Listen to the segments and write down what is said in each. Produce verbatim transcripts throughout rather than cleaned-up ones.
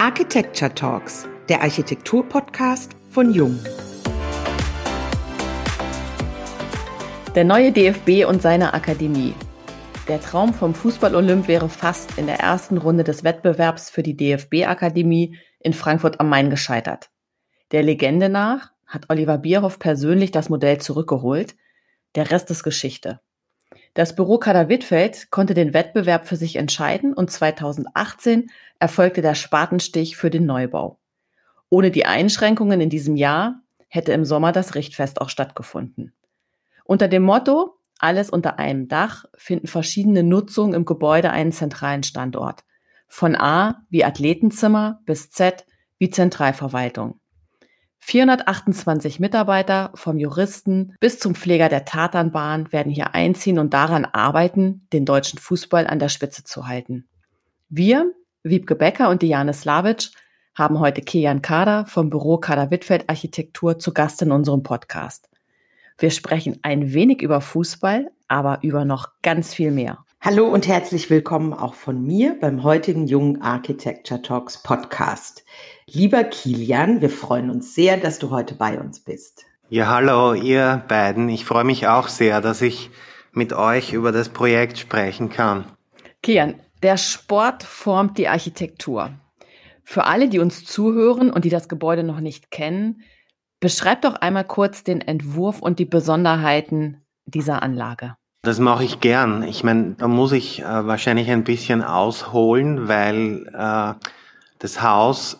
Architecture Talks, der Architektur-Podcast von Jung. Der neue D F B und seine Akademie. Der Traum vom Fußball-Olymp wäre fast in der ersten Runde des Wettbewerbs für die D F B-Akademie in Frankfurt am Main gescheitert. Der Legende nach hat Oliver Bierhoff persönlich das Modell zurückgeholt. Der Rest ist Geschichte. Das Büro Kader-Wittfeld konnte den Wettbewerb für sich entscheiden und zweitausendachtzehn erfolgte der Spatenstich für den Neubau. Ohne die Einschränkungen in diesem Jahr hätte im Sommer das Richtfest auch stattgefunden. Unter dem Motto „Alles unter einem Dach" finden verschiedene Nutzungen im Gebäude einen zentralen Standort. Von A wie Athletenzimmer bis Z wie Zentralverwaltung. vierhundertachtundzwanzig Mitarbeiter, vom Juristen bis zum Pfleger der Tatanbahn, werden hier einziehen und daran arbeiten, den deutschen Fußball an der Spitze zu halten. Wir, Wiebke Becker und Diane Slavic, haben heute Kilian Kader vom Büro Kader-Wittfeld Architektur zu Gast in unserem Podcast. Wir sprechen ein wenig über Fußball, aber über noch ganz viel mehr. Hallo und herzlich willkommen auch von mir beim heutigen Jung Architecture Talks Podcast. Lieber Kilian, wir freuen uns sehr, dass du heute bei uns bist. Ja, hallo ihr beiden. Ich freue mich auch sehr, dass ich mit euch über das Projekt sprechen kann. Kilian, der Sport formt die Architektur. Für alle, die uns zuhören und die das Gebäude noch nicht kennen, beschreib doch einmal kurz den Entwurf und die Besonderheiten dieser Anlage. Das mache ich gern. Ich meine, da muss ich äh, wahrscheinlich ein bisschen ausholen, weil äh, das Haus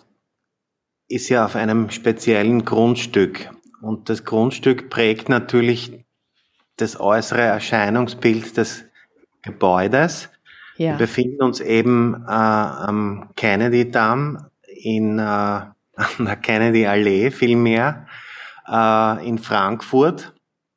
ist ja auf einem speziellen Grundstück. Und das Grundstück prägt natürlich das äußere Erscheinungsbild des Gebäudes. Ja. Wir befinden uns eben äh, am Kennedy-Damm in, äh, an der Kennedy-Allee vielmehr, äh, in Frankfurt,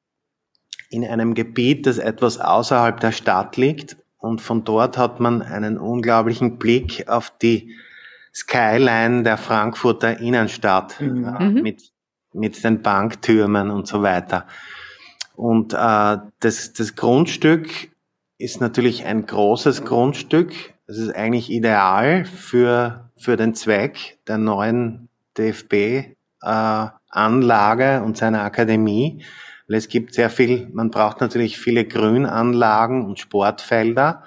in einem Gebiet, das etwas außerhalb der Stadt liegt. Und von dort hat man einen unglaublichen Blick auf die Skyline der Frankfurter Innenstadt, mhm. äh, mit, mit den Banktürmen und so weiter. Und äh, das, das Grundstück ist natürlich ein großes Grundstück. Es ist eigentlich ideal für, für den Zweck der neuen D F B-Anlage äh, und seiner Akademie. Weil es gibt sehr viel, man braucht natürlich viele Grünanlagen und Sportfelder.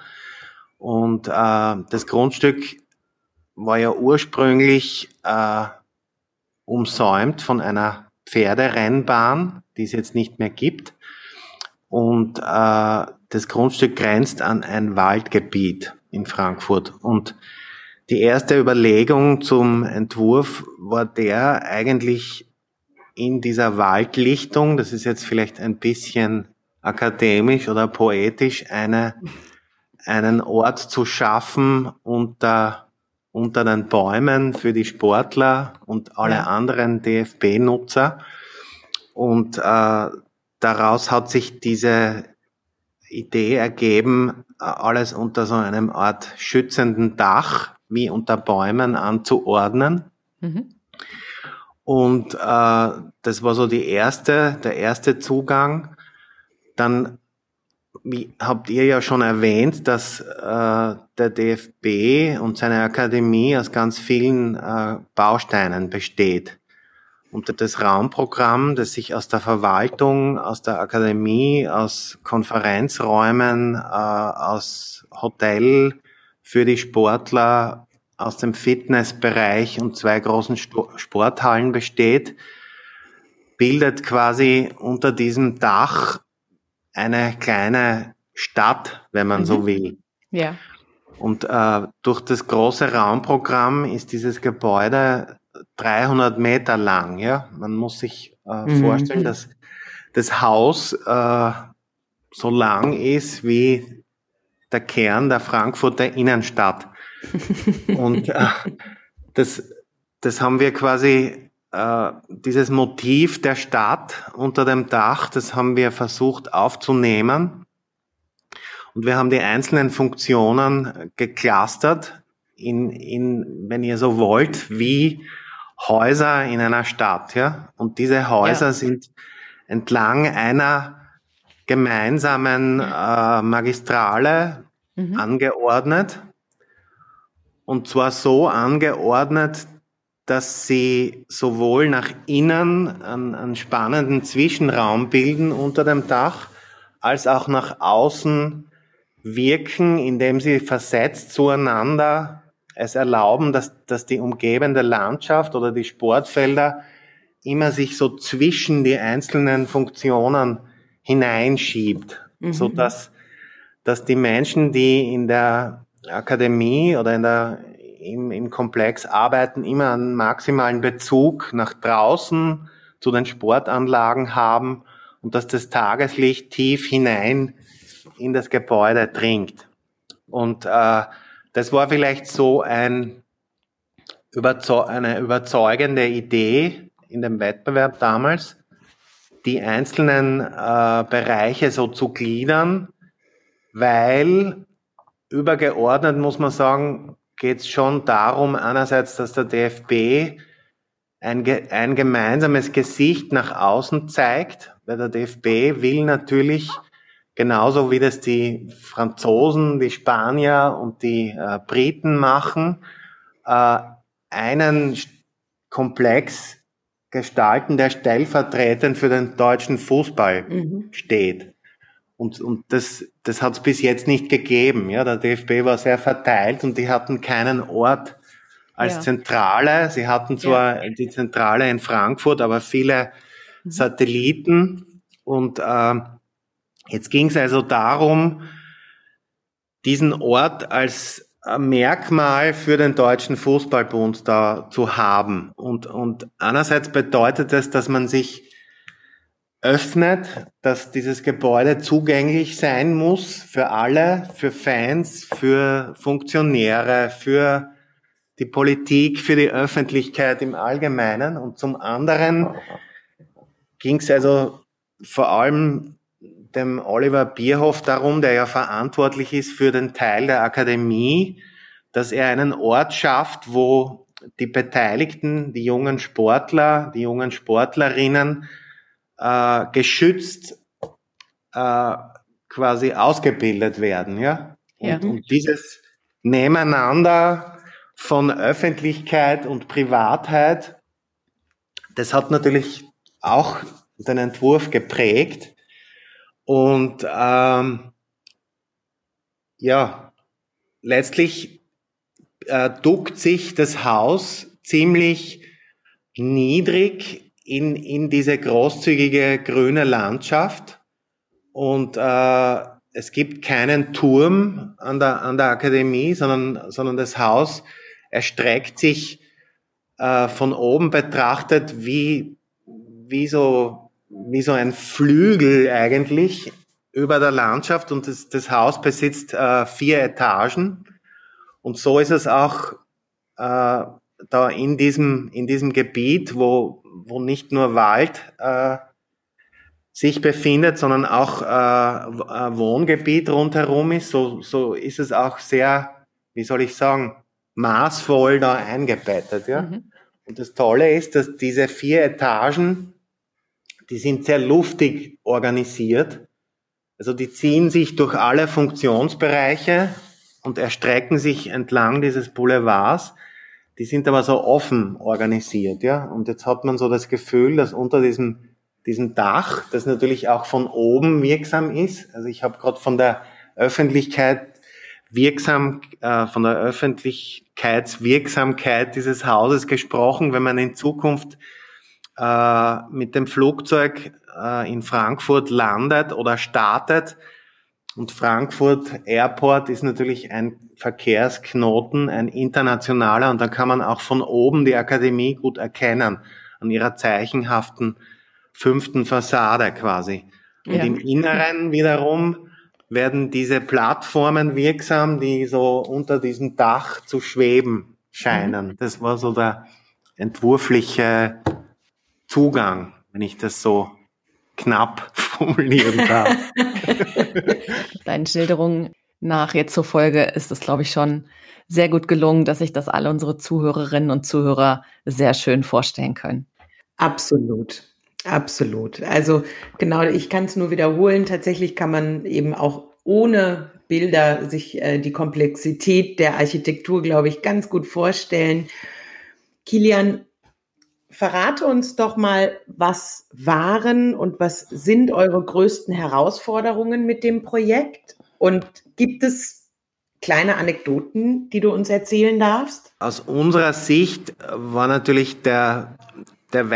Und äh, das Grundstück war ja ursprünglich äh, umsäumt von einer Pferderennbahn, die es jetzt nicht mehr gibt. Und äh, das Grundstück grenzt an ein Waldgebiet in Frankfurt. Und die erste Überlegung zum Entwurf war der, eigentlich in dieser Waldlichtung, das ist jetzt vielleicht ein bisschen akademisch oder poetisch, eine, einen Ort zu schaffen unter, unter den Bäumen für die Sportler und alle ja. anderen D F B-Nutzer. Und äh, daraus hat sich diese Idee ergeben, alles unter so einem Art schützenden Dach, wie unter Bäumen, anzuordnen. Mhm. Und äh, das war so die erste, der erste Zugang. Dann, wie habt ihr ja schon erwähnt, dass äh, der D F B und seine Akademie aus ganz vielen äh, Bausteinen besteht. Und das Raumprogramm, das sich aus der Verwaltung, aus der Akademie, aus Konferenzräumen, äh, aus Hotel für die Sportler, aus dem Fitnessbereich und zwei großen Sto- Sporthallen besteht, bildet quasi unter diesem Dach eine kleine Stadt, wenn man mhm. so will. Ja. Und äh, durch das große Raumprogramm ist dieses Gebäude dreihundert Meter lang. Ja, man muss sich äh, mhm. vorstellen, dass das Haus äh, so lang ist wie der Kern der Frankfurter Innenstadt. Und äh, das, das haben wir quasi, äh, dieses Motiv der Stadt unter dem Dach, das haben wir versucht aufzunehmen. Und wir haben die einzelnen Funktionen geclustert in, in, wenn ihr so wollt, wie Häuser in einer Stadt, ja. Und diese Häuser ja. sind entlang einer gemeinsamen äh, Magistrale mhm. angeordnet. und zwar so angeordnet, dass sie sowohl nach innen einen, einen spannenden Zwischenraum bilden unter dem Dach, als auch nach außen wirken, indem sie versetzt zueinander es erlauben, dass, dass die umgebende Landschaft oder die Sportfelder immer sich so zwischen die einzelnen Funktionen hineinschiebt, mhm. so dass, dass die Menschen, die in der Akademie oder in der, im, im Komplex arbeiten, immer einen maximalen Bezug nach draußen zu den Sportanlagen haben und dass das Tageslicht tief hinein in das Gebäude dringt. Und äh, das war vielleicht so ein überzeu- eine überzeugende Idee in dem Wettbewerb damals, die einzelnen äh, Bereiche so zu gliedern, weil übergeordnet, muss man sagen, geht es schon darum, einerseits, dass der D F B ein, ein gemeinsames Gesicht nach außen zeigt, weil der D F B will natürlich, genauso wie das die Franzosen, die Spanier und die äh, Briten machen, äh, einen Komplex gestalten, der stellvertretend für den deutschen Fußball mhm. steht. Und, und das, das hat es bis jetzt nicht gegeben. Ja, der D F B war sehr verteilt und die hatten keinen Ort als ja. Zentrale. Sie hatten zwar ja. die Zentrale in Frankfurt, aber viele mhm. Satelliten. Und äh, jetzt ging es also darum, diesen Ort als Merkmal für den Deutschen Fußballbund da zu haben. Und, und einerseits bedeutet das, dass man sich öffnet, dass dieses Gebäude zugänglich sein muss für alle, für Fans, für Funktionäre, für die Politik, für die Öffentlichkeit im Allgemeinen. Und zum anderen ging es also vor allem dem Oliver Bierhoff darum, der ja verantwortlich ist für den Teil der Akademie, dass er einen Ort schafft, wo die Beteiligten, die jungen Sportler, die jungen Sportlerinnen äh, geschützt äh, quasi ausgebildet werden, ja. Und, ja. und dieses Nebeneinander von Öffentlichkeit und Privatheit, das hat natürlich auch den Entwurf geprägt. Und ähm, ja, letztlich äh, duckt sich das Haus ziemlich niedrig in, in diese großzügige grüne Landschaft. Und äh, es gibt keinen Turm an der, an der Akademie, sondern, sondern das Haus erstreckt sich äh, von oben betrachtet wie, wie so wie so ein Flügel eigentlich über der Landschaft, und das, das Haus besitzt äh, vier Etagen, und so ist es auch äh, da in diesem in diesem Gebiet, wo wo nicht nur Wald äh, sich befindet, sondern auch äh, Wohngebiet rundherum ist, so so ist es auch sehr, wie soll ich sagen, maßvoll da eingebettet, ja. Mhm. Und das Tolle ist, dass diese vier Etagen, die sind sehr luftig organisiert. Also die ziehen sich durch alle Funktionsbereiche und erstrecken sich entlang dieses Boulevards. Die sind aber so offen organisiert, ja. Und jetzt hat man so das Gefühl, dass unter diesem, diesem Dach, das natürlich auch von oben wirksam ist. Also ich habe gerade von der Öffentlichkeit wirksam, äh, von der Öffentlichkeitswirksamkeit dieses Hauses gesprochen, wenn man in Zukunft mit dem Flugzeug äh, in Frankfurt landet oder startet. Und Frankfurt Airport ist natürlich ein Verkehrsknoten, ein internationaler, und da kann man auch von oben die Akademie gut erkennen, an ihrer zeichenhaften fünften Fassade quasi. Und ja. im Inneren wiederum werden diese Plattformen wirksam, die so unter diesem Dach zu schweben scheinen. Mhm. Das war so der entwurfliche Zugang, wenn ich das so knapp formulieren darf. Deinen Schilderungen nach jetzt zur Folge ist es, glaube ich, schon sehr gut gelungen, dass sich das alle unsere Zuhörerinnen und Zuhörer sehr schön vorstellen können. Absolut, absolut. Also genau, ich kann es nur wiederholen. Tatsächlich kann man eben auch ohne Bilder sich äh, die Komplexität der Architektur, glaube ich, ganz gut vorstellen. Kilian, verrate uns doch mal, was waren und was sind eure größten Herausforderungen mit dem Projekt? Und gibt es kleine Anekdoten, die du uns erzählen darfst? Aus unserer Sicht war natürlich der, der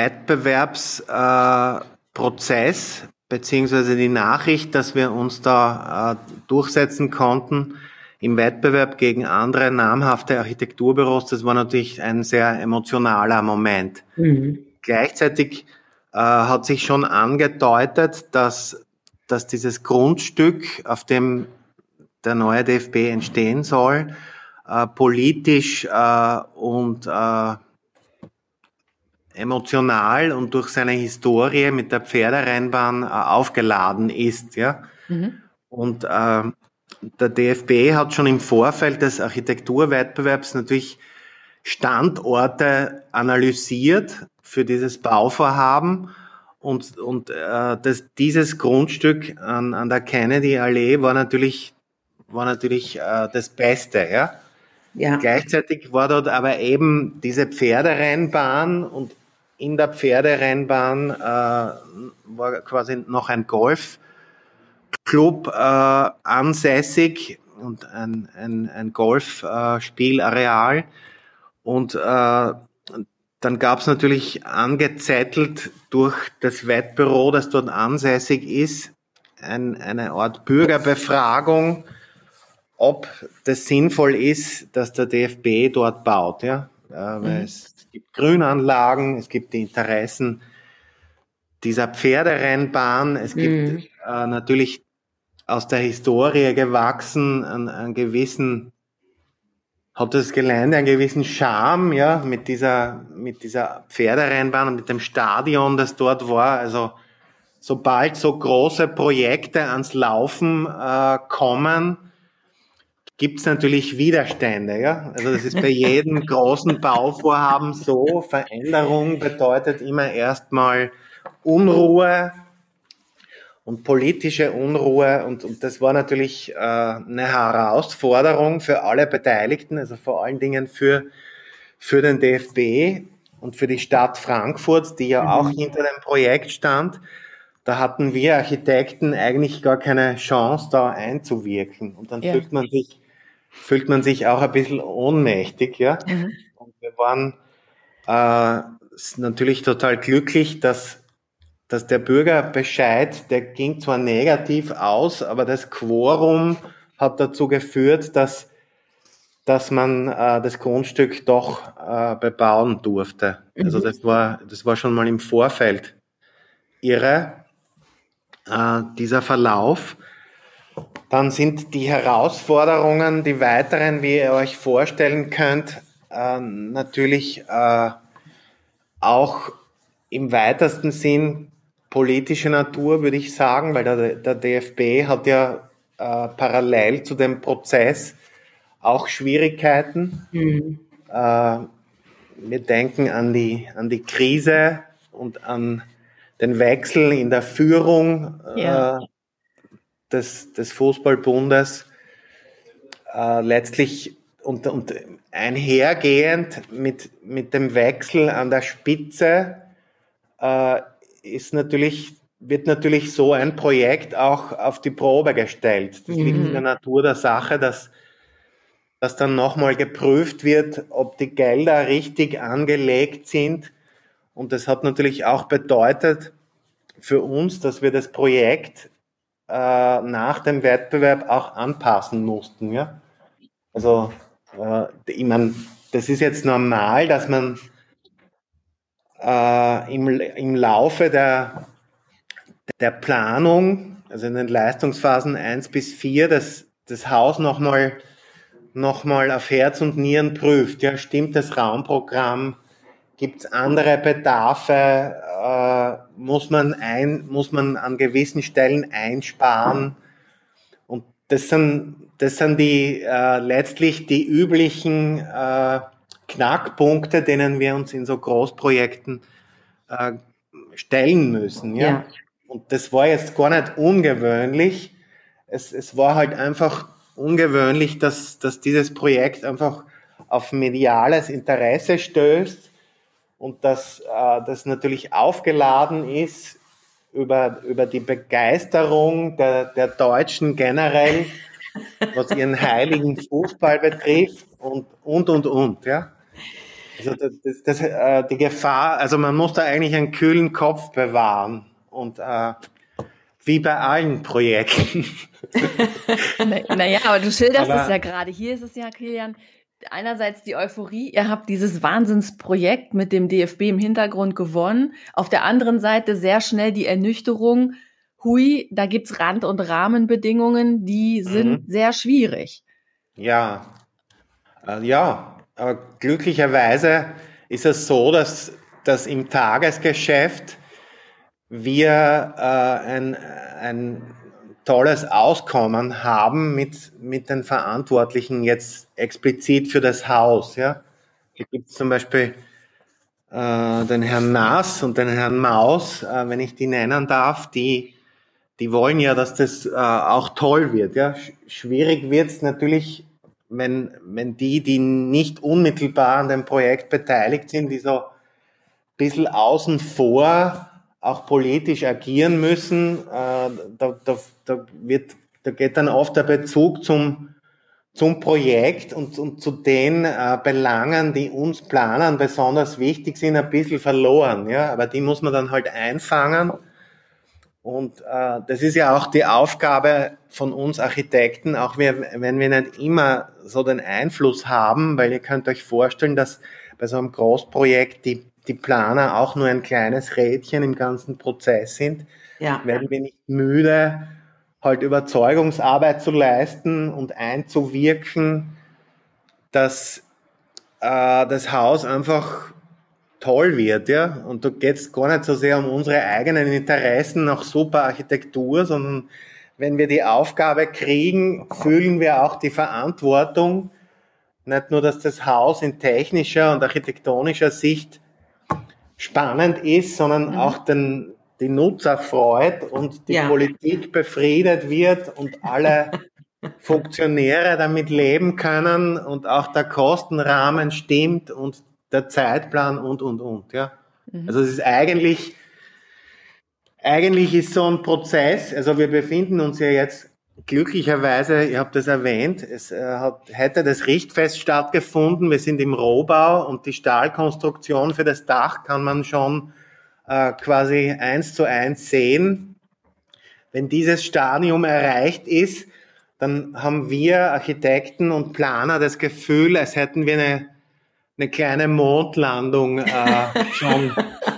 Wettbewerbsprozess äh, beziehungsweise die Nachricht, dass wir uns da äh, durchsetzen konnten im Wettbewerb gegen andere namhafte Architekturbüros, das war natürlich ein sehr emotionaler Moment. Mhm. Gleichzeitig äh, hat sich schon angedeutet, dass, dass dieses Grundstück, auf dem der neue D F B entstehen soll, äh, politisch äh, und äh, emotional und durch seine Historie mit der Pferderennbahn äh, aufgeladen ist. Ja? Mhm. Und äh, der D F B hat schon im Vorfeld des Architekturwettbewerbs natürlich Standorte analysiert für dieses Bauvorhaben und, und äh, das, dieses Grundstück an, an der Kennedy-Allee war natürlich, war natürlich äh, das Beste. Ja? Ja. Gleichzeitig war dort aber eben diese Pferderennbahn und in der Pferderennbahn äh, war quasi noch ein Golf Club äh, ansässig und ein, ein, ein Golfspielareal. Äh, und äh, dann gab es natürlich angezettelt durch das Wettbüro, das dort ansässig ist, ein, eine Art Bürgerbefragung, ob das sinnvoll ist, dass der D F B dort baut. Ja? Äh, weil mhm. es gibt Grünanlagen, es gibt die Interessen dieser Pferderennbahn, es gibt mhm. äh, natürlich aus der Historie gewachsen, an, an gewissen, hat das Gelände einen gewissen Charme, ja, mit dieser, mit dieser Pferderennbahn und mit dem Stadion, das dort war. Also, sobald so große Projekte ans Laufen äh, kommen, gibt's natürlich Widerstände, ja. Also, das ist bei jedem großen Bauvorhaben so. Veränderung bedeutet immer erstmal Unruhe und politische Unruhe und, und das war natürlich äh, eine Herausforderung für alle Beteiligten, also vor allen Dingen für, für den D F B und für die Stadt Frankfurt, die ja mhm. auch hinter dem Projekt stand. Da hatten wir Architekten eigentlich gar keine Chance, da einzuwirken. Und dann ja. fühlt man sich, fühlt man sich auch ein bisschen ohnmächtig, ja. Mhm. Und wir waren äh, natürlich total glücklich, dass dass der Bürgerbescheid, der ging zwar negativ aus, aber das Quorum hat dazu geführt, dass, dass man äh, das Grundstück doch äh, bebauen durfte. Mhm. Also das war, das war schon mal im Vorfeld irre, äh, dieser Verlauf. Dann sind die Herausforderungen, die weiteren, wie ihr euch vorstellen könnt, äh, natürlich äh, auch im weitesten Sinn politische Natur, würde ich sagen, weil der, der D F B hat ja äh, parallel zu dem Prozess auch Schwierigkeiten. Mhm. Äh, wir denken an die, an die Krise und an den Wechsel in der Führung ja. äh, des, des Fußballbundes. Äh, letztlich und, und einhergehend mit, mit dem Wechsel an der Spitze äh, ist natürlich, wird natürlich so ein Projekt auch auf die Probe gestellt. Das mhm. liegt in der Natur der Sache, dass, dass dann nochmal geprüft wird, ob die Gelder richtig angelegt sind. Und das hat natürlich auch bedeutet für uns, dass wir das Projekt äh, nach dem Wettbewerb auch anpassen mussten. Ja? Also, äh, ich meine, das ist jetzt normal, dass man äh, im, im Laufe der der Planung, also in den Leistungsphasen eins bis vier, das, das Haus nochmal noch mal auf Herz und Nieren prüft. Ja, stimmt das Raumprogramm? Gibt es andere Bedarfe? Äh, muss man ein, muss man an gewissen Stellen einsparen? Und das sind, das sind die äh, letztlich die üblichen äh, Knackpunkte, denen wir uns in so Großprojekten äh, stellen müssen. Ja. ja. Und das war jetzt gar nicht ungewöhnlich. Es, es war halt einfach ungewöhnlich, dass, dass dieses Projekt einfach auf mediales Interesse stößt und dass äh, das natürlich aufgeladen ist über, über die Begeisterung der, der Deutschen generell, was ihren heiligen Fußball betrifft und, und, und, und, ja. Also das, das, das, äh, die Gefahr, also man muss da eigentlich einen kühlen Kopf bewahren und äh, wie bei allen Projekten. Naja, aber du schilderst aber, es ja gerade. Hier ist es ja, Kilian, einerseits die Euphorie, ihr habt dieses Wahnsinnsprojekt mit dem D F B im Hintergrund gewonnen. Auf der anderen Seite sehr schnell die Ernüchterung, hui, da gibt's Rand- und Rahmenbedingungen, die sind mhm. sehr schwierig. Ja, äh, ja, aber glücklicherweise ist es so, dass, dass im Tagesgeschäft wir äh, ein, ein tolles Auskommen haben mit, mit den Verantwortlichen jetzt explizit für das Haus. Ja. Hier gibt es zum Beispiel äh, den Herrn Naas und den Herrn Maus, äh, wenn ich die nennen darf, die, die wollen ja, dass das äh, auch toll wird. Ja. Schwierig wird es natürlich, wenn, wenn die, die nicht unmittelbar an dem Projekt beteiligt sind, die so ein bisschen außen vor auch politisch agieren müssen, äh, da, da, da, wird, da geht dann oft der Bezug zum, zum Projekt und, und zu den äh, Belangen, die uns Planern besonders wichtig sind, ein bisschen verloren. Ja? Aber die muss man dann halt einfangen. Und äh, das ist ja auch die Aufgabe von uns Architekten, auch wir, wenn wir nicht immer so den Einfluss haben, weil ihr könnt euch vorstellen, dass bei so einem Großprojekt die die Planer auch nur ein kleines Rädchen im ganzen Prozess sind, ja. werden wir nicht müde, halt Überzeugungsarbeit zu leisten und einzuwirken, dass äh, das Haus einfach toll wird, ja. Und da geht es gar nicht so sehr um unsere eigenen Interessen nach super Architektur, sondern wenn wir die Aufgabe kriegen, fühlen wir auch die Verantwortung, nicht nur, dass das Haus in technischer und architektonischer Sicht spannend ist, sondern mhm. auch den, die Nutzer freut und die ja. Politik befriedet wird und alle Funktionäre damit leben können und auch der Kostenrahmen stimmt und der Zeitplan und, und, und, ja. Mhm. Also es ist eigentlich, eigentlich ist so ein Prozess, also wir befinden uns ja jetzt glücklicherweise, ihr habt das erwähnt, es äh, hat, hätte das Richtfest stattgefunden, wir sind im Rohbau und die Stahlkonstruktion für das Dach kann man schon äh, quasi eins zu eins sehen. Wenn dieses Stadium erreicht ist, dann haben wir Architekten und Planer das Gefühl, als hätten wir eine, eine kleine Mondlandung äh, schon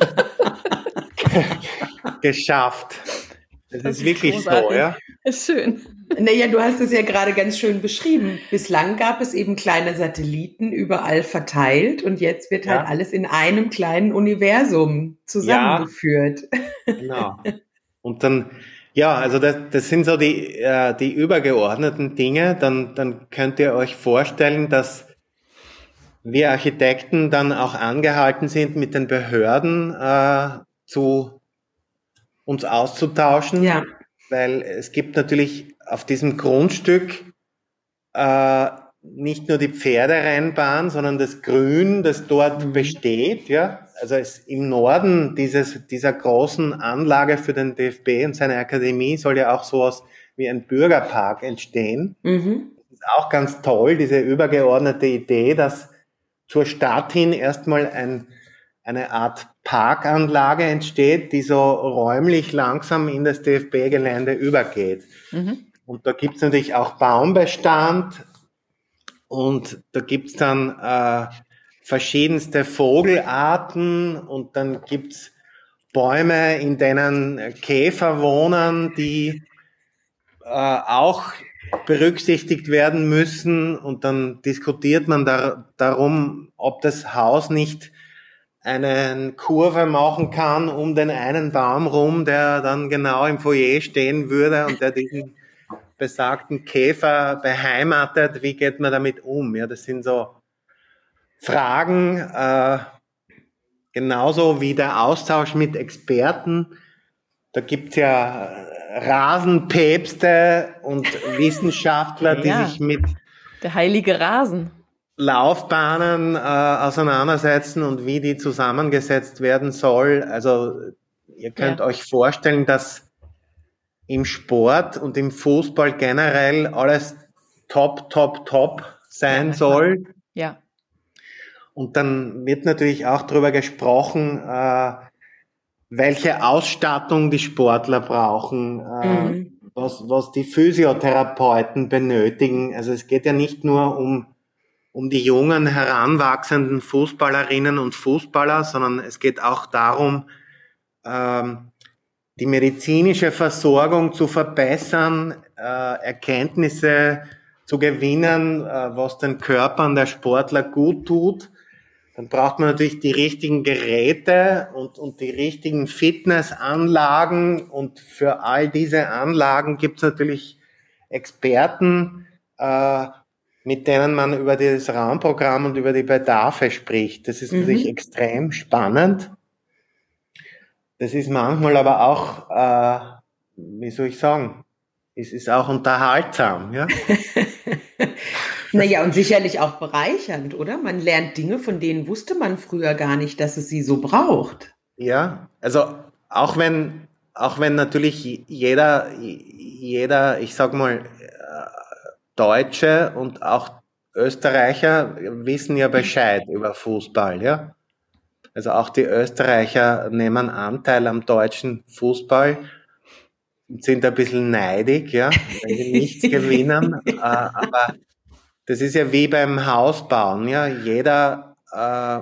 geschafft. Das, das ist, ist wirklich großartig. So, ja. Ist schön. Naja, du hast es ja gerade ganz schön beschrieben. Bislang gab es eben kleine Satelliten überall verteilt und jetzt wird halt ja. alles in einem kleinen Universum zusammengeführt. Ja, genau. Und dann, ja, also das, das sind so die, äh, die übergeordneten Dinge. Dann, dann könnt ihr euch vorstellen, dass wir Architekten dann auch angehalten sind, mit den Behörden äh, zu uns auszutauschen, ja. weil es gibt natürlich auf diesem Grundstück äh, nicht nur die Pferderennbahn, sondern das Grün, das dort mhm. besteht, ja. Also es im Norden dieses, dieser großen Anlage für den D F B und seine Akademie soll ja auch sowas wie ein Bürgerpark entstehen. Mhm. Das ist auch ganz toll, diese übergeordnete Idee, dass zur Stadt hin erstmal ein eine Art Parkanlage entsteht, die so räumlich langsam in das D F B-Gelände übergeht. Mhm. Und da gibt's natürlich auch Baumbestand und da gibt's dann äh, verschiedenste Vogelarten und dann gibt's Bäume, in denen Käfer wohnen, die äh, auch berücksichtigt werden müssen und dann diskutiert man da, darum, ob das Haus nicht eine Kurve machen kann um den einen Baum rum, der dann genau im Foyer stehen würde und der diesen besagten Käfer beheimatet. Wie geht man damit um? Ja, das sind so Fragen, äh, genauso wie der Austausch mit Experten, Da gibt's ja Rasenpäpste und Wissenschaftler, die ja, sich mit der heilige Rasen. Laufbahnen äh, auseinandersetzen und wie die zusammengesetzt werden soll. Also ihr könnt Ja. euch vorstellen, dass im Sport und im Fußball generell alles top, top, top sein Ja, soll. Ja. Und dann wird natürlich auch darüber gesprochen, äh, welche Ausstattung die Sportler brauchen, äh, Mhm. was, was die Physiotherapeuten benötigen. Also es geht ja nicht nur um um die jungen, heranwachsenden Fußballerinnen und Fußballer, sondern es geht auch darum, ähm, die medizinische Versorgung zu verbessern, äh, Erkenntnisse zu gewinnen, äh, was den Körpern der Sportler gut tut. Dann braucht man natürlich die richtigen Geräte und, und die richtigen Fitnessanlagen. Und für all diese Anlagen gibt es natürlich Experten, äh, mit denen man über das Rahmenprogramm und über die Bedarfe spricht. Das ist Mhm. natürlich extrem spannend. Das ist manchmal aber auch, äh, wie soll ich sagen, es ist auch unterhaltsam, ja. Naja, und sicherlich auch bereichernd, oder? Man lernt Dinge, von denen wusste man früher gar nicht, dass es sie so braucht. Ja, also auch wenn, auch wenn natürlich jeder, jeder, ich sag mal, Deutsche und auch Österreicher wissen ja Bescheid über Fußball, ja. Also auch die Österreicher nehmen Anteil am deutschen Fußball und sind ein bisschen neidig, ja, wenn sie nichts gewinnen. Äh, aber das ist ja wie beim Hausbauen, ja. Jeder äh,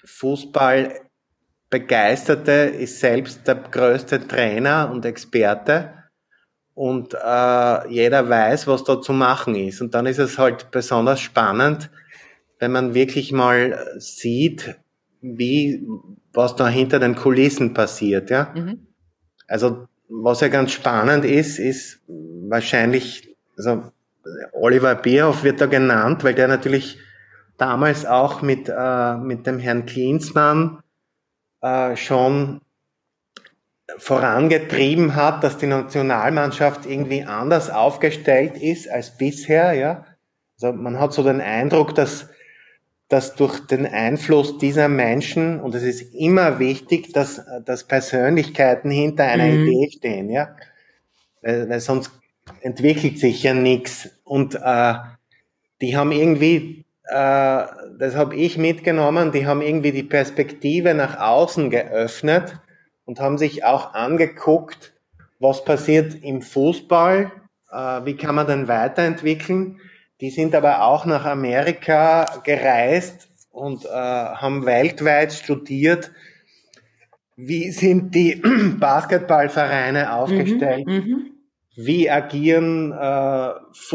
Fußballbegeisterte ist selbst der größte Trainer und Experte. Und äh, jeder weiß, was da zu machen ist. Und dann ist es halt besonders spannend, wenn man wirklich mal sieht, wie, was da hinter den Kulissen passiert, ja. Mhm. Also, was ja ganz spannend ist, ist wahrscheinlich, also, Oliver Bierhoff wird da genannt, weil der natürlich damals auch mit, äh, mit dem Herrn Klinsmann äh, schon vorangetrieben hat, dass die Nationalmannschaft irgendwie anders aufgestellt ist als bisher, ja. Also man hat so den Eindruck, dass, dass durch den Einfluss dieser Menschen, und es ist immer wichtig, dass, dass Persönlichkeiten hinter einer Mhm. Idee stehen, ja. Weil, weil sonst entwickelt sich ja nichts. Und äh, die haben irgendwie, äh, das habe ich mitgenommen, die haben irgendwie die Perspektive nach außen geöffnet und haben sich auch angeguckt, was passiert im Fußball, äh, wie kann man denn weiterentwickeln. Die sind aber auch nach Amerika gereist und äh, haben weltweit studiert, wie sind die Basketballvereine aufgestellt, Mhm. Mhm. wie agieren äh,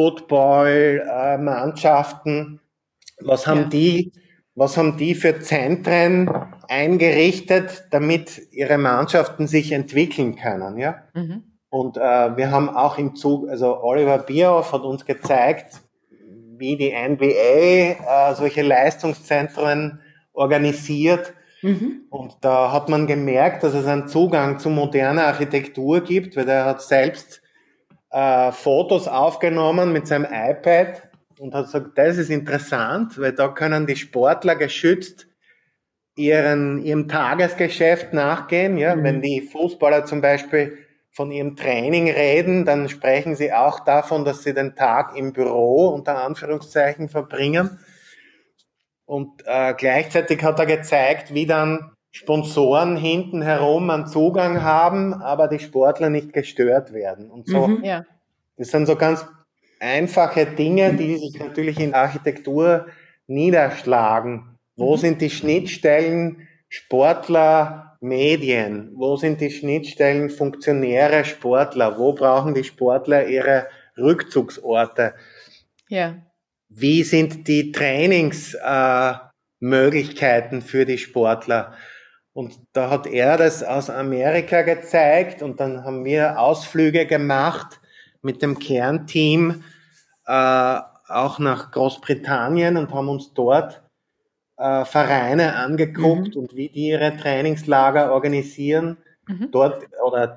Football-Mannschaften, äh, was haben Ja. die, was haben die für Zentren eingerichtet, damit ihre Mannschaften sich entwickeln können, ja? Mhm. Und äh, wir haben auch im Zug, also Oliver Bierhoff hat uns gezeigt, wie die N B A äh, solche Leistungszentren organisiert. Mhm. Und da hat man gemerkt, dass es einen Zugang zu moderner Architektur gibt, weil er hat selbst äh, Fotos aufgenommen mit seinem iPad und hat gesagt, das ist interessant, weil da können die Sportler geschützt ihren, ihrem Tagesgeschäft nachgehen. Ja? Mhm. Wenn die Fußballer zum Beispiel von ihrem Training reden, dann sprechen sie auch davon, dass sie den Tag im Büro unter Anführungszeichen verbringen. Und äh, gleichzeitig hat er gezeigt, wie dann Sponsoren hinten herum einen Zugang haben, aber die Sportler nicht gestört werden. Und so, Mhm. Ja. das sind so ganz einfache Dinge, die sich natürlich in Architektur niederschlagen. Wo Mhm. sind die Schnittstellen Sportler, Medien? Wo sind die Schnittstellen Funktionäre, Sportler? Wo brauchen die Sportler ihre Rückzugsorte? Ja. Wie sind die Trainingsmöglichkeiten äh, für die Sportler? Und da hat er das aus Amerika gezeigt und dann haben wir Ausflüge gemacht mit dem Kernteam äh, auch nach Großbritannien und haben uns dort äh, Vereine angeguckt Mhm. und wie die ihre Trainingslager organisieren. mhm. dort oder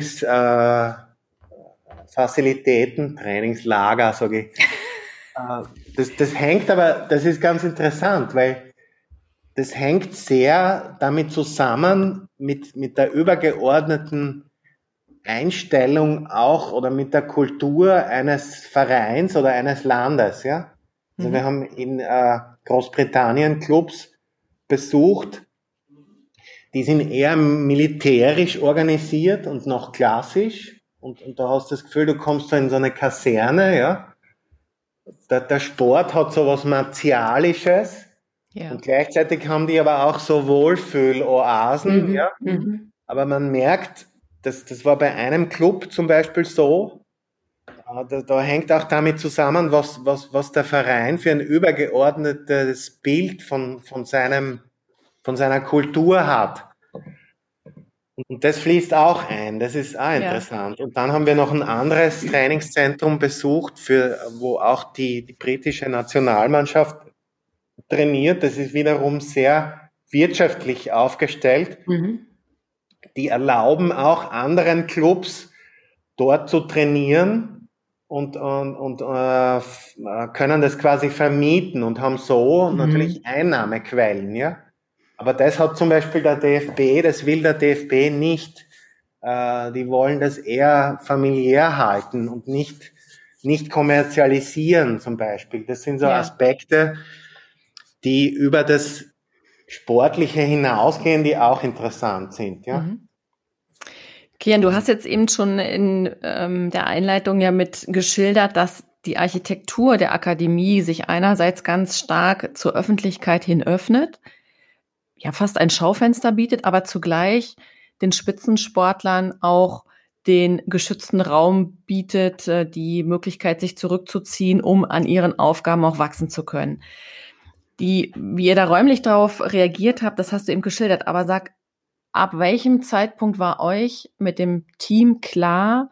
Trainingsfazilitäten, äh, Trainingslager, sage ich. äh, das, das hängt aber, das ist ganz interessant, weil das hängt sehr damit zusammen mit, mit der übergeordneten Einstellung auch oder mit der Kultur eines Vereins oder eines Landes, ja. Also mhm. wir haben in äh, Großbritannien Clubs besucht, die sind eher militärisch organisiert und noch klassisch und, und da hast du das Gefühl, du kommst so in so eine Kaserne, ja. Der, der Sport hat so was Martialisches ja. und gleichzeitig haben die aber auch so Wohlfühl-Oasen, mhm. ja. Mhm. Aber man merkt, Das, das war bei einem Club zum Beispiel so, da, da hängt auch damit zusammen, was, was, was der Verein für ein übergeordnetes Bild von, von, seinem, von seiner Kultur hat. Und das fließt auch ein, das ist auch interessant. Ja. Und dann haben wir noch ein anderes Trainingszentrum besucht, für, wo auch die, die britische Nationalmannschaft trainiert. Das ist wiederum sehr wirtschaftlich aufgestellt. Mhm. Die erlauben auch anderen Clubs dort zu trainieren und, und, und äh, können das quasi vermieten und haben so mhm. natürlich Einnahmequellen, ja. Aber das hat zum Beispiel der D F B, das will der D F B nicht. Äh, die wollen das eher familiär halten und nicht, nicht kommerzialisieren zum Beispiel. Das sind so ja. Aspekte, die über das Sportliche hinausgehen, die auch interessant sind, ja. Mhm. Kian, du hast jetzt eben schon in ähm, der Einleitung ja mit geschildert, dass die Architektur der Akademie sich einerseits ganz stark zur Öffentlichkeit hin öffnet, ja fast ein Schaufenster bietet, aber zugleich den Spitzensportlern auch den geschützten Raum bietet, äh, die Möglichkeit, sich zurückzuziehen, um an ihren Aufgaben auch wachsen zu können. Die, wie ihr da räumlich darauf reagiert habt, das hast du eben geschildert, aber sag, ab welchem Zeitpunkt war euch mit dem Team klar,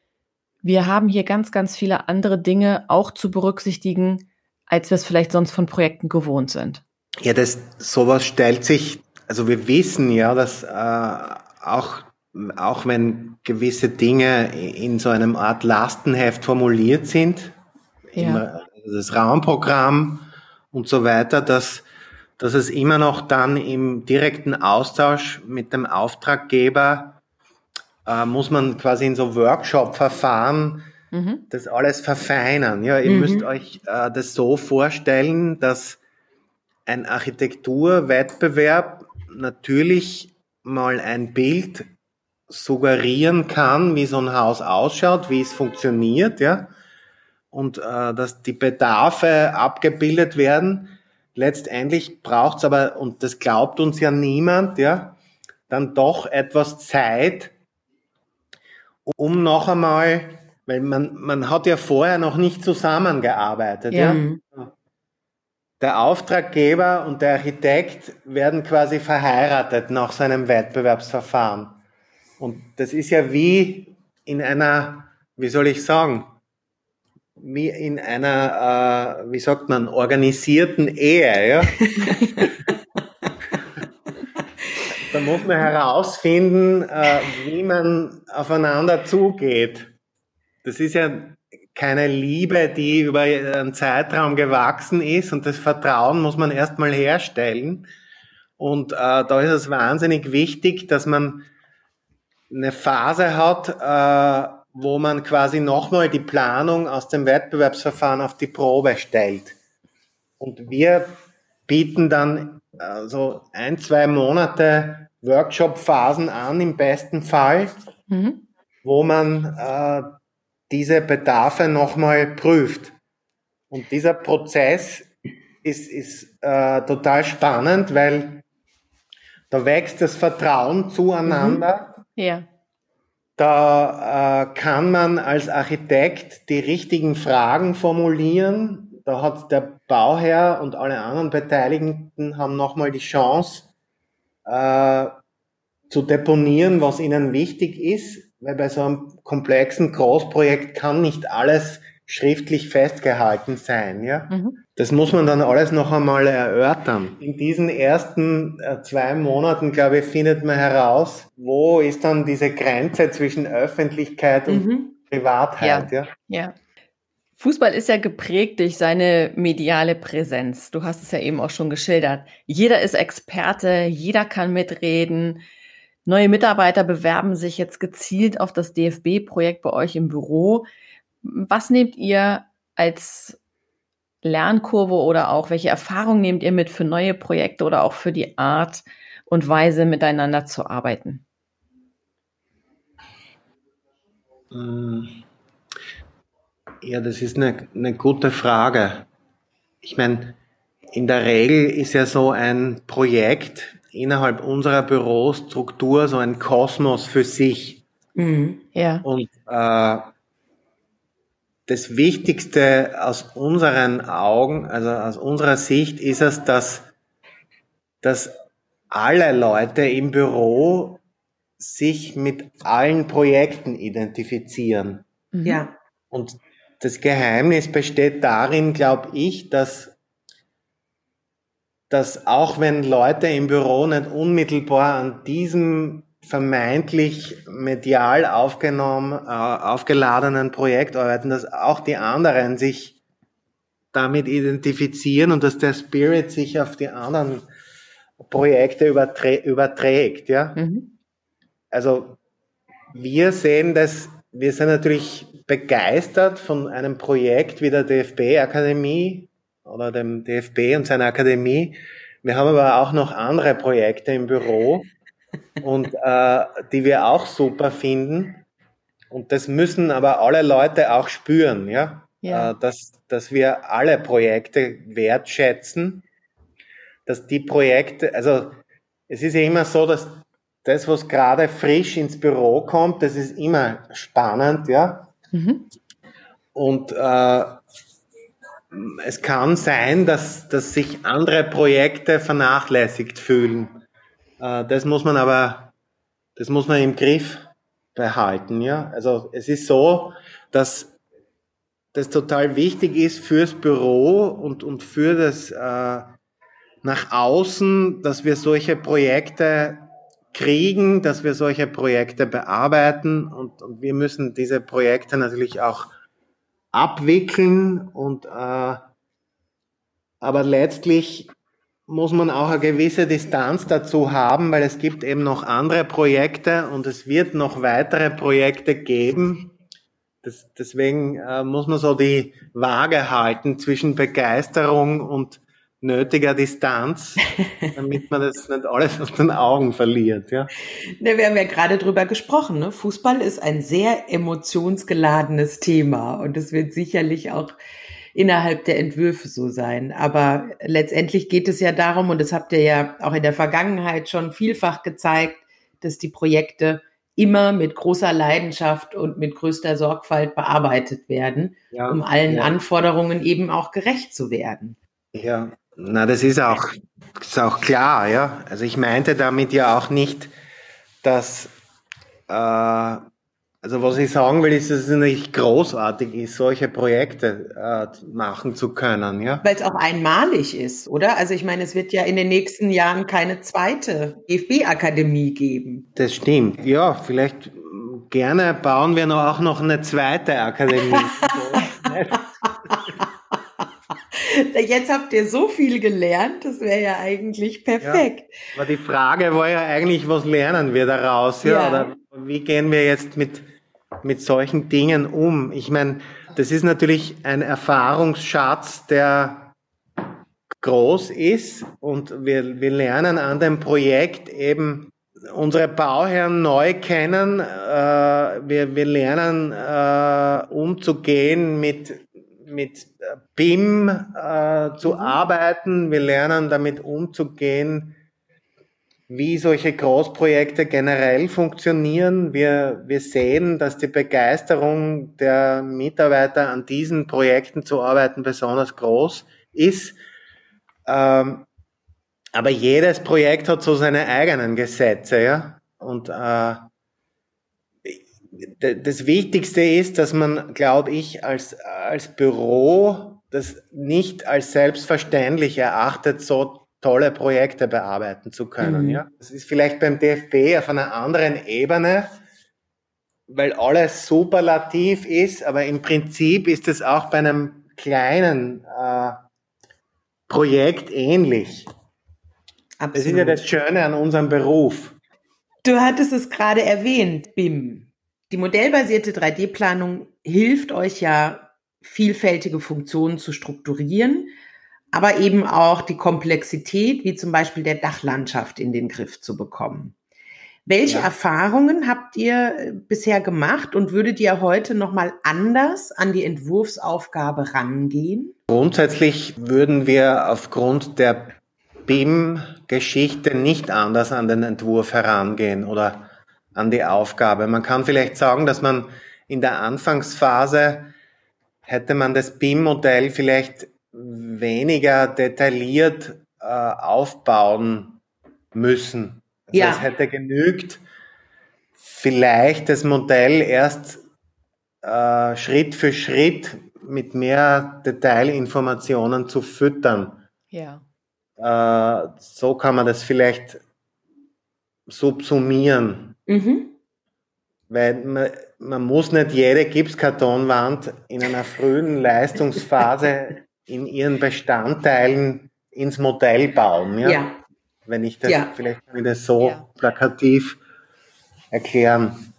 wir haben hier ganz, ganz viele andere Dinge auch zu berücksichtigen, als wir es vielleicht sonst von Projekten gewohnt sind? Ja, das sowas stellt sich, also wir wissen ja, dass äh, auch, auch wenn gewisse Dinge in so einem Art Lastenheft formuliert sind, ja. immer das Raumprogramm und so weiter, dass dass es immer noch dann im direkten Austausch mit dem Auftraggeber äh, muss man quasi in so Workshop-Verfahren mhm. das alles verfeinern. Ja, ihr mhm. müsst euch äh, das so vorstellen, dass ein Architekturwettbewerb natürlich mal ein Bild suggerieren kann, wie so ein Haus ausschaut, wie es funktioniert, ja, und äh, dass die Bedarfe abgebildet werden. Letztendlich braucht's aber, und das glaubt uns ja niemand, ja, dann doch etwas Zeit, um noch einmal, weil man, man hat ja vorher noch nicht zusammengearbeitet, ja. ja. Der Auftraggeber und der Architekt werden quasi verheiratet nach seinem Wettbewerbsverfahren. Und das ist ja wie in einer, wie soll ich sagen, wie in einer, äh, wie sagt man, organisierten Ehe, ja. Da muss man herausfinden, äh, wie man aufeinander zugeht. Das ist ja keine Liebe, die über einen Zeitraum gewachsen ist, und das Vertrauen muss man erstmal herstellen. Und äh, da ist es wahnsinnig wichtig, dass man eine Phase hat, äh, wo man quasi nochmal die Planung aus dem Wettbewerbsverfahren auf die Probe stellt. Und wir bieten dann äh, so ein, zwei Monate Workshop-Phasen an, im besten Fall, mhm. wo man äh, diese Bedarfe nochmal prüft. Und dieser Prozess ist, ist äh, total spannend, weil da wächst das Vertrauen zueinander. Mhm. Ja. Da äh, kann man als Architekt die richtigen Fragen formulieren. Da hat der Bauherr und alle anderen Beteiligten haben nochmal die Chance äh, zu deponieren, was ihnen wichtig ist, weil bei so einem komplexen Großprojekt kann nicht alles schriftlich festgehalten sein. Ja? Mhm. Das muss man dann alles noch einmal erörtern. In diesen ersten äh, zwei Monaten, glaube ich, findet man heraus, wo ist dann diese Grenze zwischen Öffentlichkeit und mhm. Privatheit. Ja. Ja. ja. Fußball ist ja geprägt durch seine mediale Präsenz. Du hast es ja eben auch schon geschildert. Jeder ist Experte, jeder kann mitreden. Neue Mitarbeiter bewerben sich jetzt gezielt auf das D F B-Projekt bei euch im Büro. Was nehmt ihr als Lernkurve oder auch welche Erfahrungen nehmt ihr mit für neue Projekte oder auch für die Art und Weise, miteinander zu arbeiten? Ja, das ist eine, eine gute Frage. Ich meine, in der Regel ist ja so ein Projekt innerhalb unserer Bürostruktur so ein Kosmos für sich. Mhm, ja. Und äh, das Wichtigste aus unseren Augen, also aus unserer Sicht, ist es, dass, dass alle Leute im Büro sich mit allen Projekten identifizieren. Mhm. Ja. Und das Geheimnis besteht darin, glaube ich, dass, dass auch wenn Leute im Büro nicht unmittelbar an diesem vermeintlich medial aufgenommen, äh, aufgeladenen Projekt arbeiten, dass auch die anderen sich damit identifizieren und dass der Spirit sich auf die anderen Projekte überträ- überträgt, ja. Mhm. Also, wir sehen das, wir sind natürlich begeistert von einem Projekt wie der D F B-Akademie oder dem D F B und seiner Akademie. Wir haben aber auch noch andere Projekte im Büro und äh, die wir auch super finden. Und das müssen aber alle Leute auch spüren, ja, ja. Äh, dass, dass wir alle Projekte wertschätzen, dass die Projekte, also es ist ja immer so, dass das, was gerade frisch ins Büro kommt, das ist immer spannend, ja. Mhm. Und äh, es kann sein, dass, dass sich andere Projekte vernachlässigt fühlen. Äh, das muss man aber, das muss man im Griff behalten, ja. Also es ist so, dass das total wichtig ist fürs Büro und, und für das äh, nach außen, dass wir solche Projekte kriegen, dass wir solche Projekte bearbeiten und, und wir müssen diese Projekte natürlich auch abwickeln und äh, aber letztlich muss man auch eine gewisse Distanz dazu haben, weil es gibt eben noch andere Projekte und es wird noch weitere Projekte geben. Das, deswegen äh, muss man so die Waage halten zwischen Begeisterung und nötiger Distanz, damit man das nicht alles aus den Augen verliert. Ja? Ne, wir haben ja gerade drüber gesprochen. Ne? Fußball ist ein sehr emotionsgeladenes Thema und es wird sicherlich auch innerhalb der Entwürfe so sein. Aber letztendlich geht es ja darum, und das habt ihr ja auch in der Vergangenheit schon vielfach gezeigt, dass die Projekte immer mit großer Leidenschaft und mit größter Sorgfalt bearbeitet werden, ja, um allen ja. Anforderungen eben auch gerecht zu werden. Ja, na, das ist auch, ist auch klar, ja. Also ich meinte damit ja auch nicht, dass, äh, also was ich sagen will, ist, dass es nicht großartig ist, solche Projekte äh, machen zu können, ja. Weil es auch einmalig ist, oder? Also ich meine, es wird ja in den nächsten Jahren keine zweite D F B-Akademie geben. Das stimmt, ja, vielleicht gerne bauen wir noch auch noch eine zweite Akademie. Jetzt habt ihr so viel gelernt, das wäre ja eigentlich perfekt. Ja, aber die Frage war ja eigentlich, was lernen wir daraus? Ja? Ja. Oder wie gehen wir jetzt mit, mit solchen Dingen um? Ich meine, das ist natürlich ein Erfahrungsschatz, der groß ist und wir, wir lernen an dem Projekt eben unsere Bauherren neu kennen. Äh, wir, wir lernen äh, umzugehen mit mit B I M äh, zu mhm. arbeiten. Wir lernen damit umzugehen, wie solche Großprojekte generell funktionieren. Wir, wir sehen, dass die Begeisterung der Mitarbeiter an diesen Projekten zu arbeiten besonders groß ist. Ähm, aber jedes Projekt hat so seine eigenen Gesetze, ja. Und äh, das Wichtigste ist, dass man, glaube ich, als, als Büro das nicht als selbstverständlich erachtet, so tolle Projekte bearbeiten zu können. Mhm. Ja? Das ist vielleicht beim D F B auf einer anderen Ebene, weil alles superlativ ist, aber im Prinzip ist es auch bei einem kleinen äh, Projekt ähnlich. Absolut. Das ist ja das Schöne an unserem Beruf. Du hattest es gerade erwähnt, B I M. Die modellbasierte drei D-Planung hilft euch ja, vielfältige Funktionen zu strukturieren, aber eben auch die Komplexität, wie zum Beispiel der Dachlandschaft, in den Griff zu bekommen. Welche ja. Erfahrungen habt ihr bisher gemacht und würdet ihr heute nochmal anders an die Entwurfsaufgabe rangehen? Grundsätzlich würden wir aufgrund der B I M-Geschichte nicht anders an den Entwurf herangehen oder an die Aufgabe. Man kann vielleicht sagen, dass man in der Anfangsphase hätte man das B I M-Modell vielleicht weniger detailliert äh, aufbauen müssen. Also ja. Es hätte genügt, vielleicht das Modell erst äh, Schritt für Schritt mit mehr Detailinformationen zu füttern. Ja. Äh, so kann man das vielleicht subsumieren. Mhm. Weil man, man muss nicht jede Gipskartonwand in einer frühen Leistungsphase in ihren Bestandteilen ins Modell bauen. Ja? Ja. Wenn ich das, ja. vielleicht kann ich das so ja. plakativ erklären.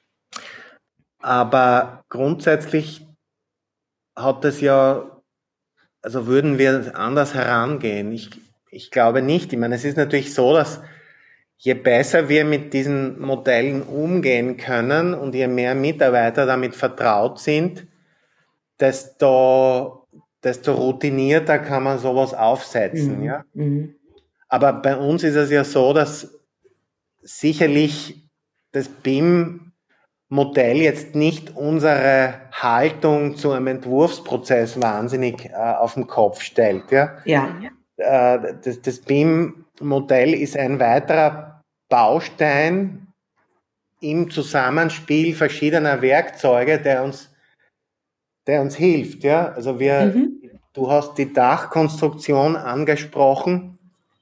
Aber grundsätzlich hat das ja, also würden wir anders herangehen. Ich, ich glaube nicht. Ich meine, es ist natürlich so, dass je besser wir mit diesen Modellen umgehen können und je mehr Mitarbeiter damit vertraut sind, desto, desto routinierter kann man sowas aufsetzen. Mhm. Ja? Mhm. Aber bei uns ist es ja so, dass sicherlich das B I M-Modell jetzt nicht unsere Haltung zu einem Entwurfsprozess wahnsinnig äh, auf den Kopf stellt. Ja? Ja. Äh, das, das B I M-Modell ist ein weiterer Baustein im Zusammenspiel verschiedener Werkzeuge, der uns, der uns hilft. Ja? Also wir, mhm. du hast die Dachkonstruktion angesprochen.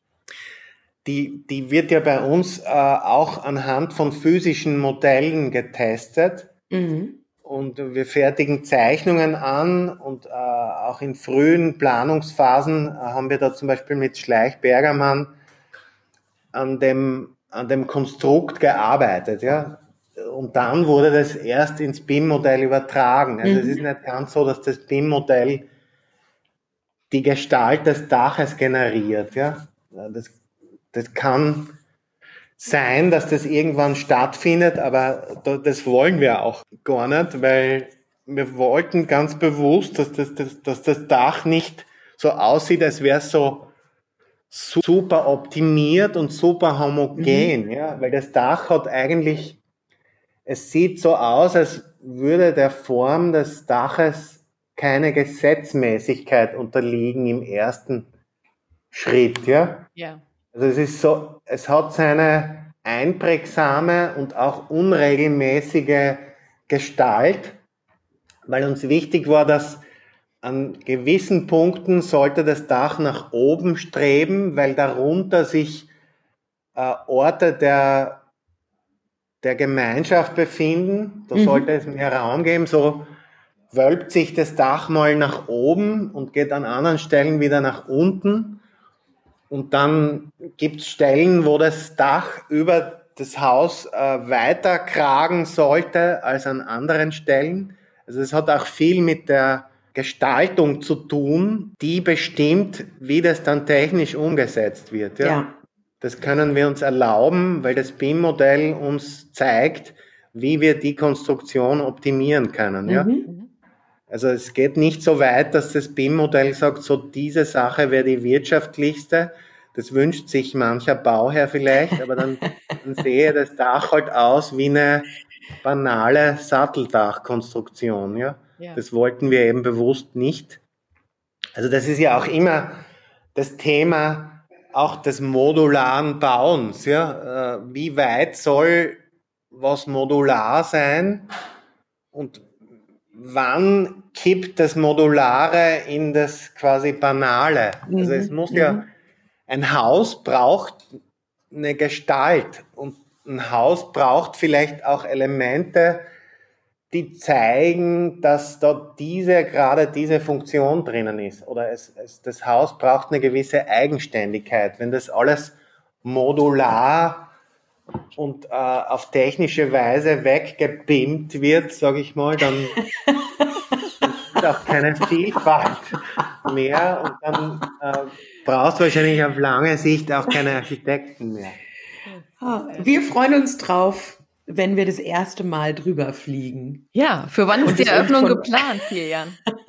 Die, die wird ja bei uns äh, auch anhand von physischen Modellen getestet. Mhm. Und wir fertigen Zeichnungen an und äh, auch in frühen Planungsphasen äh, haben wir da zum Beispiel mit Schleich-Bergermann an dem, an dem Konstrukt gearbeitet. Ja? Und dann wurde das erst ins B I M-Modell übertragen. Also mhm. es ist nicht ganz so, dass das B I M-Modell die Gestalt des Daches generiert. Ja? Das Das kann sein, dass das irgendwann stattfindet, aber das wollen wir auch gar nicht, weil wir wollten ganz bewusst, dass das, dass, dass das Dach nicht so aussieht, als wäre es so super optimiert und super homogen, mhm. ja, weil das Dach hat eigentlich, es sieht so aus, als würde der Form des Daches keine Gesetzmäßigkeit unterliegen im ersten Schritt, ja. Ja. Also es ist so, es hat seine einprägsame und auch unregelmäßige Gestalt, weil uns wichtig war, dass an gewissen Punkten sollte das Dach nach oben streben, weil darunter sich äh, Orte der, der Gemeinschaft befinden. Da mhm. sollte es mehr Raum geben. So wölbt sich das Dach mal nach oben und geht an anderen Stellen wieder nach unten. Und dann gibt es Stellen, wo das Dach über das Haus äh, weiter kragen sollte als an anderen Stellen. Also es hat auch viel mit der Gestaltung zu tun, die bestimmt, wie das dann technisch umgesetzt wird. Ja? Ja. Das können wir uns erlauben, weil das B I M-Modell uns zeigt, wie wir die Konstruktion optimieren können. Mhm. Ja? Also es geht nicht so weit, dass das B I M-Modell sagt, so diese Sache wäre die wirtschaftlichste. Das wünscht sich mancher Bauherr vielleicht, aber dann, dann sehe das Dach halt aus wie eine banale Satteldachkonstruktion. Ja? Ja. Das wollten wir eben bewusst nicht. Also das ist ja auch immer das Thema auch des modularen Bauens. Ja? Wie weit soll was modular sein und wann kippt das Modulare in das quasi Banale? Mhm. Also es muss mhm. ja, ein Haus braucht eine Gestalt und ein Haus braucht vielleicht auch Elemente, die zeigen, dass dort diese, gerade diese Funktion drinnen ist. Oder es, es, das Haus braucht eine gewisse Eigenständigkeit. Wenn das alles modular und äh, auf technische Weise weggepimpt wird, sage ich mal, dann ist auch keine Vielfalt mehr und dann äh, brauchst du wahrscheinlich auf lange Sicht auch keine Architekten mehr. Wir freuen uns drauf, wenn wir das erste Mal drüber fliegen. Ja, für wann ist die Eröffnung geplant, Kilian?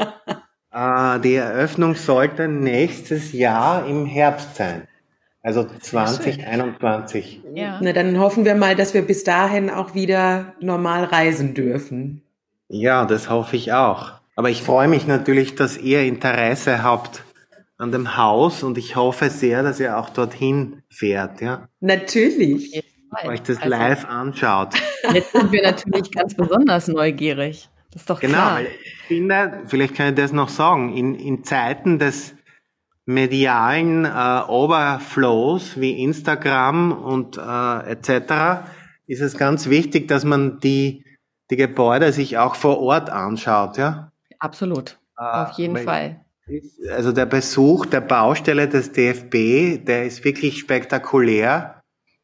äh, die Eröffnung sollte nächstes Jahr im Herbst sein. Also zwanzig einundzwanzig. Ja. Na, dann hoffen wir mal, dass wir bis dahin auch wieder normal reisen dürfen. Ja, das hoffe ich auch. Aber ich freue mich natürlich, dass ihr Interesse habt an dem Haus und ich hoffe sehr, dass ihr auch dorthin fährt. Ja? Natürlich. Euch das live anschaut. Jetzt sind wir natürlich ganz besonders neugierig. Das ist doch genau, klar. Weil ich finde, vielleicht kann ich das noch sagen, in, in Zeiten des medialen äh, Overflows wie Instagram und äh, et cetera ist es ganz wichtig, dass man die, die Gebäude sich auch vor Ort anschaut. Ja? Absolut, äh, auf jeden Fall. Also der Besuch der Baustelle des D F B, der ist wirklich spektakulär.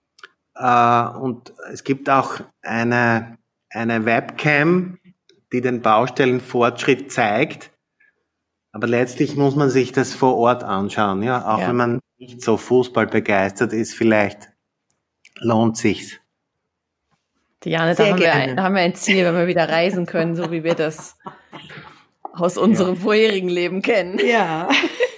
Und es gibt auch eine, eine Webcam, die den Baustellenfortschritt zeigt. Aber letztlich muss man sich das vor Ort anschauen. Ja, auch ja. wenn man nicht so Fußball begeistert ist, vielleicht lohnt sich's. Diane, da haben, wir, da haben wir ein Ziel, wenn wir wieder reisen können, so wie wir das aus unserem ja. vorherigen Leben kennen. Ja.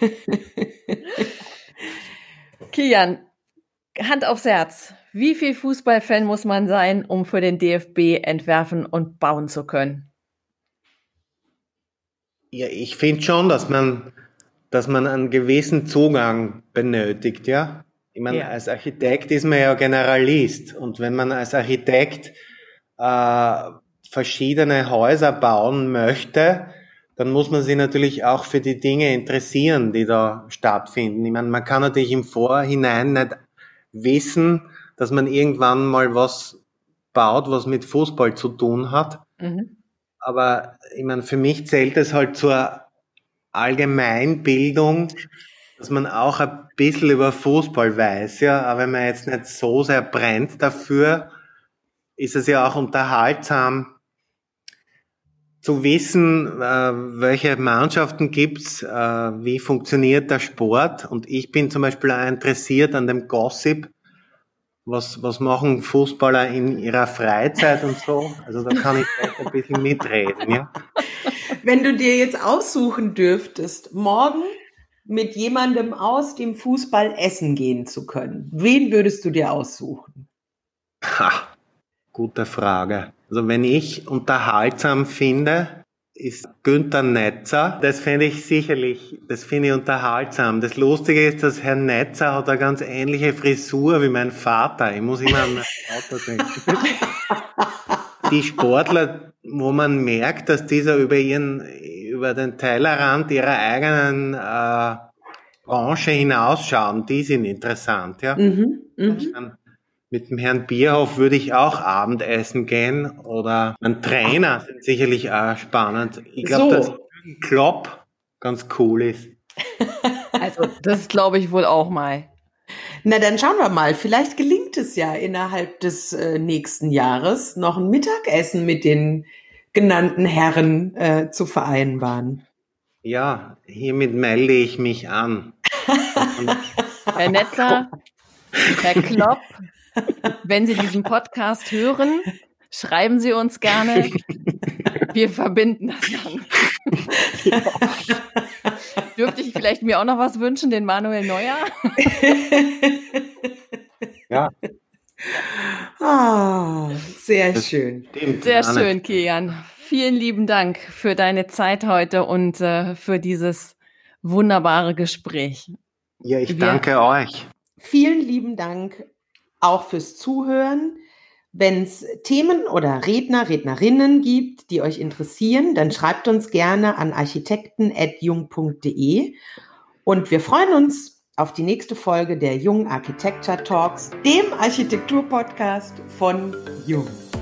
Kilian, Hand aufs Herz. Wie viel Fußballfan muss man sein, um für den D F B entwerfen und bauen zu können? Ja, ich finde schon, dass man, dass man einen gewissen Zugang benötigt, ja. Ich meine, ja. als Architekt ist man ja Generalist und wenn man als Architekt äh, verschiedene Häuser bauen möchte, dann muss man sich natürlich auch für die Dinge interessieren, die da stattfinden. Ich meine, man kann natürlich im Vorhinein nicht wissen, dass man irgendwann mal was baut, was mit Fußball zu tun hat. Mhm. Aber ich meine, für mich zählt es halt zur Allgemeinbildung, dass man auch ein bisschen über Fußball weiß. Ja, aber wenn man jetzt nicht so sehr brennt dafür, ist es ja auch unterhaltsam zu wissen, äh, welche Mannschaften gibt's, äh, wie funktioniert der Sport. Und ich bin zum Beispiel auch interessiert an dem Gossip. Was, was machen Fußballer in ihrer Freizeit und so? Also da kann ich vielleicht ein bisschen mitreden, ja. Wenn du dir jetzt aussuchen dürftest, morgen mit jemandem aus dem Fußball essen gehen zu können, wen würdest du dir aussuchen? Ha, gute Frage. Also wenn ich unterhaltsam finde, ist Günther Netzer. Das finde ich sicherlich, das finde ich unterhaltsam. Das Lustige ist, dass Herr Netzer hat eine ganz ähnliche Frisur wie mein Vater. Ich muss immer an mein Vater denken. Die Sportler, wo man merkt, dass dieser über ihren, über den Tellerrand ihrer eigenen äh, Branche hinausschauen, die sind interessant. Ja. Mhm, mh. Mit dem Herrn Bierhoff würde ich auch Abendessen gehen oder ein Trainer sind sicherlich auch spannend. Ich glaube, so. dass Jürgen Klopp ganz cool ist. Also das glaube ich wohl auch mal. Na, dann schauen wir mal. Vielleicht gelingt es ja innerhalb des äh, nächsten Jahres noch ein Mittagessen mit den genannten Herren äh, zu vereinbaren. Ja, hiermit melde ich mich an. Herr Netzer, Herr Klopp, wenn Sie diesen Podcast hören, schreiben Sie uns gerne. Wir verbinden das dann. Ja. Dürfte ich vielleicht mir auch noch was wünschen, den Manuel Neuer? Ja. Ah, sehr das schön. Sehr schön, Kilian. Vielen lieben Dank für deine Zeit heute und äh, für dieses wunderbare Gespräch. Ja, ich Wir, danke euch. Vielen lieben Dank auch fürs Zuhören. Wenn es Themen oder Redner, Rednerinnen gibt, die euch interessieren, dann schreibt uns gerne an architekten at jung punkt de und wir freuen uns auf die nächste Folge der Jung Architecture Talks, dem Architektur-Podcast von Jung.